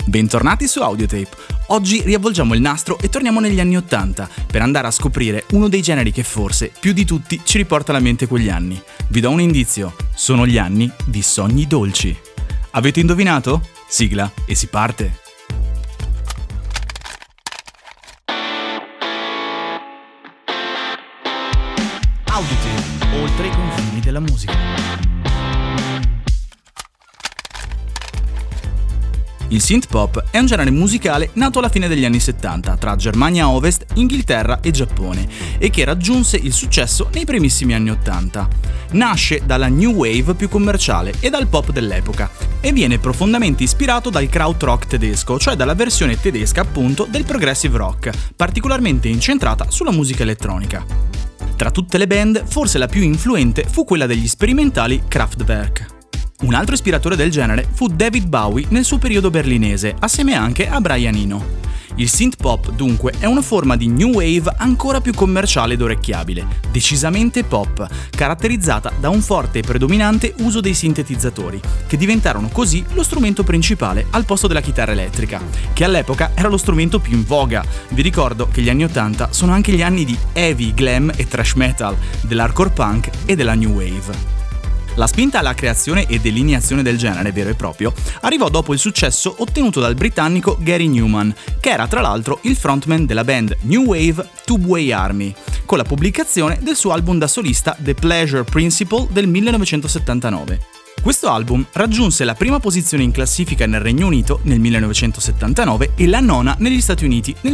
Bentornati su Audiotape. Oggi riavvolgiamo il nastro e torniamo negli anni '80 per andare a scoprire uno dei generi che forse più di tutti ci riporta alla mente quegli anni. Vi do un indizio: sono gli anni di Sogni Dolci. Avete indovinato? Sigla e si parte! Audiotape, oltre i confini della musica. Il synth pop è un genere musicale nato alla fine degli anni 70 tra Germania Ovest, Inghilterra e Giappone e che raggiunse il successo nei primissimi anni 80. Nasce dalla new wave più commerciale e dal pop dell'epoca e viene profondamente ispirato dal krautrock tedesco, cioè dalla versione tedesca appunto del progressive rock, particolarmente incentrata sulla musica elettronica. Tra tutte le band, forse la più influente fu quella degli sperimentali Kraftwerk. Un altro ispiratore del genere fu David Bowie nel suo periodo berlinese, assieme anche a Brian Eno. Il synth pop, dunque, è una forma di new wave ancora più commerciale ed orecchiabile, decisamente pop, caratterizzata da un forte e predominante uso dei sintetizzatori, che diventarono così lo strumento principale al posto della chitarra elettrica, che all'epoca era lo strumento più in voga. Vi ricordo che gli anni '80 sono anche gli anni di heavy, glam e thrash metal, dell'hardcore punk e della new wave. La spinta alla creazione e delineazione del genere vero e proprio arrivò dopo il successo ottenuto dal britannico Gary Numan, che era tra l'altro il frontman della band New Wave Tubeway Army, con la pubblicazione del suo album da solista The Pleasure Principle del 1979. Questo album raggiunse la prima posizione in classifica nel Regno Unito nel 1979 e la nona negli Stati Uniti nel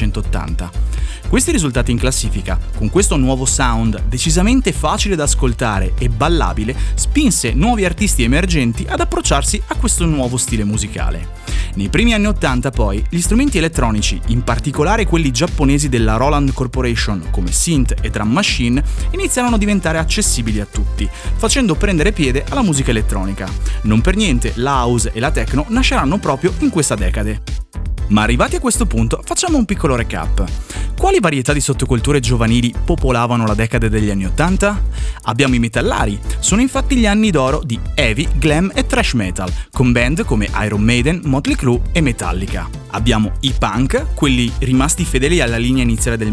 1980. Questi risultati in classifica, con questo nuovo sound decisamente facile da ascoltare e ballabile, spinse nuovi artisti emergenti ad approcciarsi a questo nuovo stile musicale. Nei primi anni '80 poi, gli strumenti elettronici, in particolare quelli giapponesi della Roland Corporation come synth e drum machine, iniziarono a diventare accessibili a tutti, facendo prendere piede alla musica elettronica. Non per niente la house e la techno nasceranno proprio in questa decade. Ma arrivati a questo punto facciamo un piccolo recap. Quali varietà di sottoculture giovanili popolavano la decade degli anni '80? Abbiamo i metallari, sono infatti gli anni d'oro di heavy, glam e thrash metal, con band come Iron Maiden, Motley Crue e Metallica. Abbiamo i punk, quelli rimasti fedeli alla linea iniziale del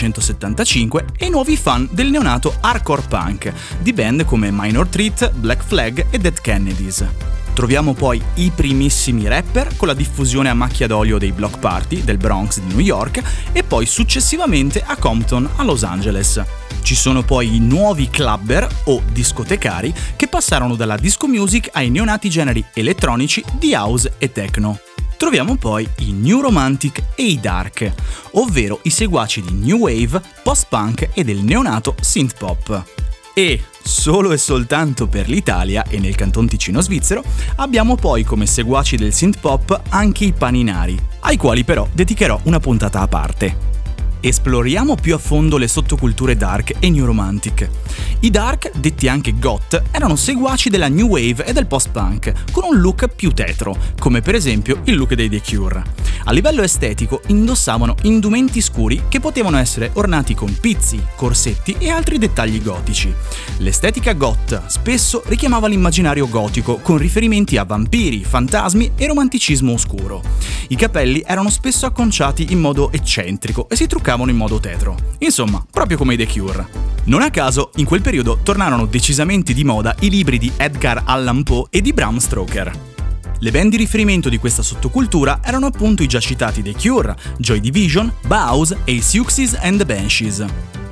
1975, e i nuovi fan del neonato hardcore punk, di band come Minor Threat, Black Flag e Dead Kennedys. Troviamo poi i primissimi rapper con la diffusione a macchia d'olio dei block party del Bronx di New York e poi successivamente a Compton a Los Angeles. Ci sono poi i nuovi clubber o discotecari che passarono dalla disco music ai neonati generi elettronici di house e techno. Troviamo poi i new romantic e i dark, ovvero i seguaci di new wave, post-punk e del neonato synth pop. E solo e soltanto per l'Italia e nel canton ticino svizzero abbiamo poi come seguaci del synth pop anche i paninari, ai quali però dedicherò una puntata a parte. Esploriamo più a fondo le sottoculture dark e new romantic. I dark, detti anche goth, erano seguaci della new wave e del post-punk, con un look più tetro, come per esempio il look dei The Cure. A livello estetico indossavano indumenti scuri che potevano essere ornati con pizzi, corsetti e altri dettagli gotici. L'estetica goth spesso richiamava l'immaginario gotico, con riferimenti a vampiri, fantasmi e romanticismo oscuro. I capelli erano spesso acconciati in modo eccentrico e si truccavano in modo tetro. Insomma, proprio come i The Cure. Non a caso, in quel periodo tornarono decisamente di moda i libri di Edgar Allan Poe e di Bram Stoker. Le band di riferimento di questa sottocultura erano appunto i già citati The Cure, Joy Division, Bauhaus e i Siouxsie and the Banshees.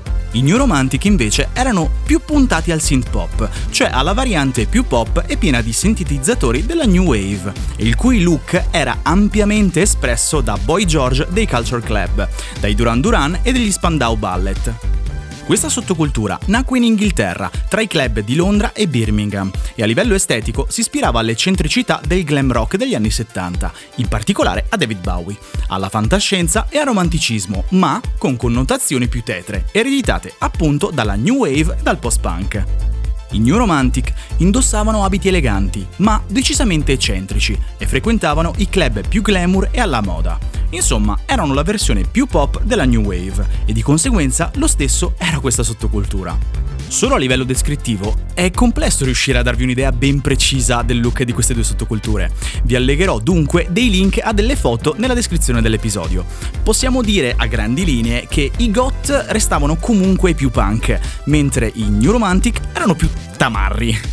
I new romantic invece erano più puntati al synth pop, cioè alla variante più pop e piena di sintetizzatori della new wave, il cui look era ampiamente espresso da Boy George dei Culture Club, dai Duran Duran e degli Spandau Ballet. Questa sottocultura nacque in Inghilterra, tra i club di Londra e Birmingham, e a livello estetico si ispirava all'eccentricità del glam rock degli anni 70, in particolare a David Bowie, alla fantascienza e al romanticismo, ma con connotazioni più tetre, ereditate appunto dalla new wave e dal post-punk. I new romantic indossavano abiti eleganti, ma decisamente eccentrici, e frequentavano i club più glamour e alla moda. Insomma, erano la versione più pop della new wave, e di conseguenza lo stesso era questa sottocultura. Solo a livello descrittivo è complesso riuscire a darvi un'idea ben precisa del look di queste due sottoculture. Vi allegherò dunque dei link a delle foto nella descrizione dell'episodio. Possiamo dire a grandi linee che i goth restavano comunque più punk, mentre i new romantic erano più tamarri.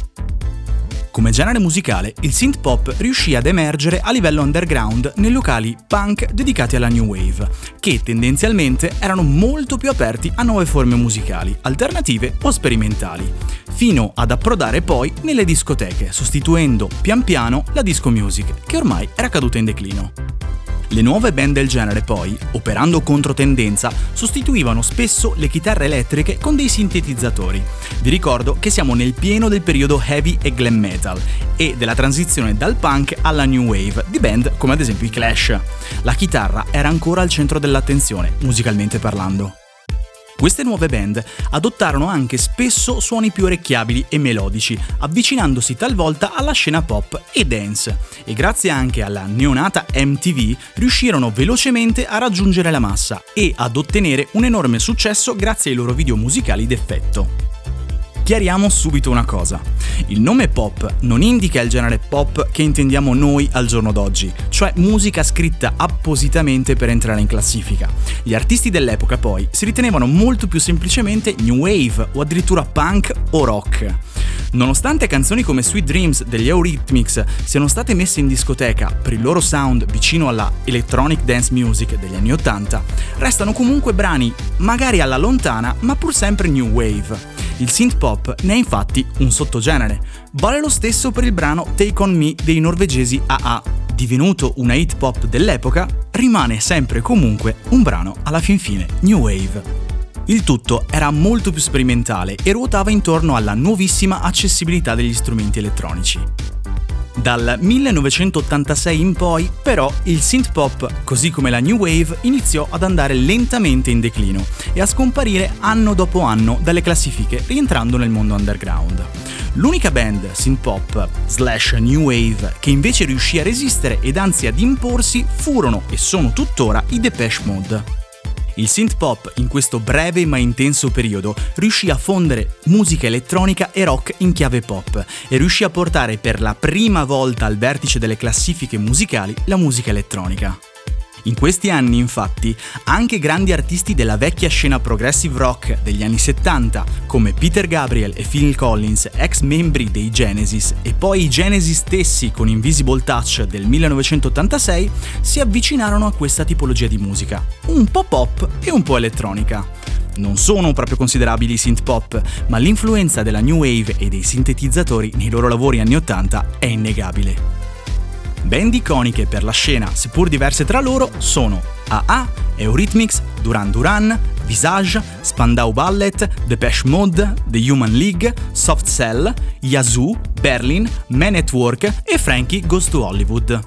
Come genere musicale, il synth pop riuscì ad emergere a livello underground nei locali punk dedicati alla new wave, che tendenzialmente erano molto più aperti a nuove forme musicali, alternative o sperimentali, fino ad approdare poi nelle discoteche, sostituendo pian piano la disco music, che ormai era caduta in declino. Le nuove band del genere poi, operando contro tendenza, sostituivano spesso le chitarre elettriche con dei sintetizzatori. Vi ricordo che siamo nel pieno del periodo heavy e glam metal e della transizione dal punk alla new wave di band come ad esempio i Clash. La chitarra era ancora al centro dell'attenzione, musicalmente parlando. Queste nuove band adottarono anche spesso suoni più orecchiabili e melodici, avvicinandosi talvolta alla scena pop e dance, e grazie anche alla neonata MTV riuscirono velocemente a raggiungere la massa e ad ottenere un enorme successo grazie ai loro video musicali d'effetto. Chiariamo subito una cosa. Il nome pop non indica il genere pop che intendiamo noi al giorno d'oggi, cioè musica scritta appositamente per entrare in classifica. Gli artisti dell'epoca poi si ritenevano molto più semplicemente new wave o addirittura punk o rock. Nonostante canzoni come Sweet Dreams degli Eurythmics siano state messe in discoteca per il loro sound vicino alla electronic dance music degli anni 80, restano comunque brani magari alla lontana ma pur sempre new wave. Il synth pop ne è infatti un sottogenere. Vale lo stesso per il brano Take On Me dei norvegesi AA. Divenuto una hit pop dell'epoca, rimane sempre e comunque un brano alla fin fine new wave. Il tutto era molto più sperimentale e ruotava intorno alla nuovissima accessibilità degli strumenti elettronici. Dal 1986 in poi, però, il synth pop, così come la new wave, iniziò ad andare lentamente in declino e a scomparire anno dopo anno dalle classifiche, rientrando nel mondo underground. L'unica band synth pop / new wave che invece riuscì a resistere ed anzi ad imporsi furono e sono tuttora i Depeche Mode. Il synth pop in questo breve ma intenso periodo riuscì a fondere musica elettronica e rock in chiave pop e riuscì a portare per la prima volta al vertice delle classifiche musicali la musica elettronica. In questi anni, infatti, anche grandi artisti della vecchia scena progressive rock degli anni 70, come Peter Gabriel e Phil Collins, ex membri dei Genesis, e poi i Genesis stessi con Invisible Touch del 1986, si avvicinarono a questa tipologia di musica, un po' pop e un po' elettronica. Non sono proprio considerabili i synth pop, ma l'influenza della new wave e dei sintetizzatori nei loro lavori anni 80 è innegabile. Band iconiche per la scena, seppur diverse tra loro, sono AA, Eurythmics, Duran Duran, Visage, Spandau Ballet, Depeche Mode, The Human League, Soft Cell, Yazoo, Berlin, Man at Work e Frankie Goes to Hollywood.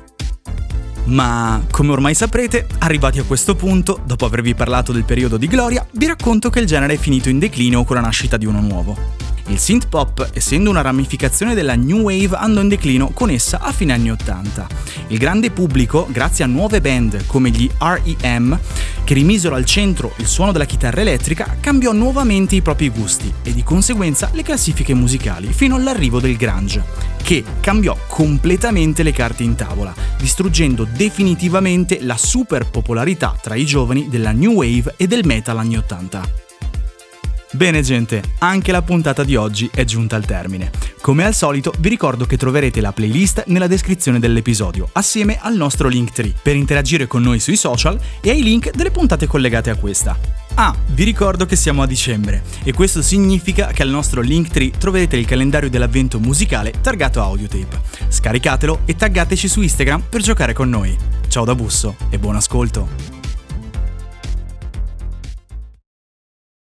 Ma, come ormai saprete, arrivati a questo punto, dopo avervi parlato del periodo di gloria, vi racconto che il genere è finito in declino con la nascita di uno nuovo. Il synth pop, essendo una ramificazione della new wave, andò in declino con essa a fine anni 80. Il grande pubblico, grazie a nuove band come gli R.E.M., che rimisero al centro il suono della chitarra elettrica, cambiò nuovamente i propri gusti e di conseguenza le classifiche musicali fino all'arrivo del grunge, che cambiò completamente le carte in tavola, distruggendo definitivamente la super popolarità tra i giovani della new wave e del metal anni 80. Bene gente, anche la puntata di oggi è giunta al termine. Come al solito vi ricordo che troverete la playlist nella descrizione dell'episodio, assieme al nostro Linktree, per interagire con noi sui social e ai link delle puntate collegate a questa. Ah, vi ricordo che siamo a dicembre e questo significa che al nostro Linktree troverete il calendario dell'avvento musicale targato Audiotape. Scaricatelo e taggateci su Instagram per giocare con noi. Ciao da Busso e buon ascolto!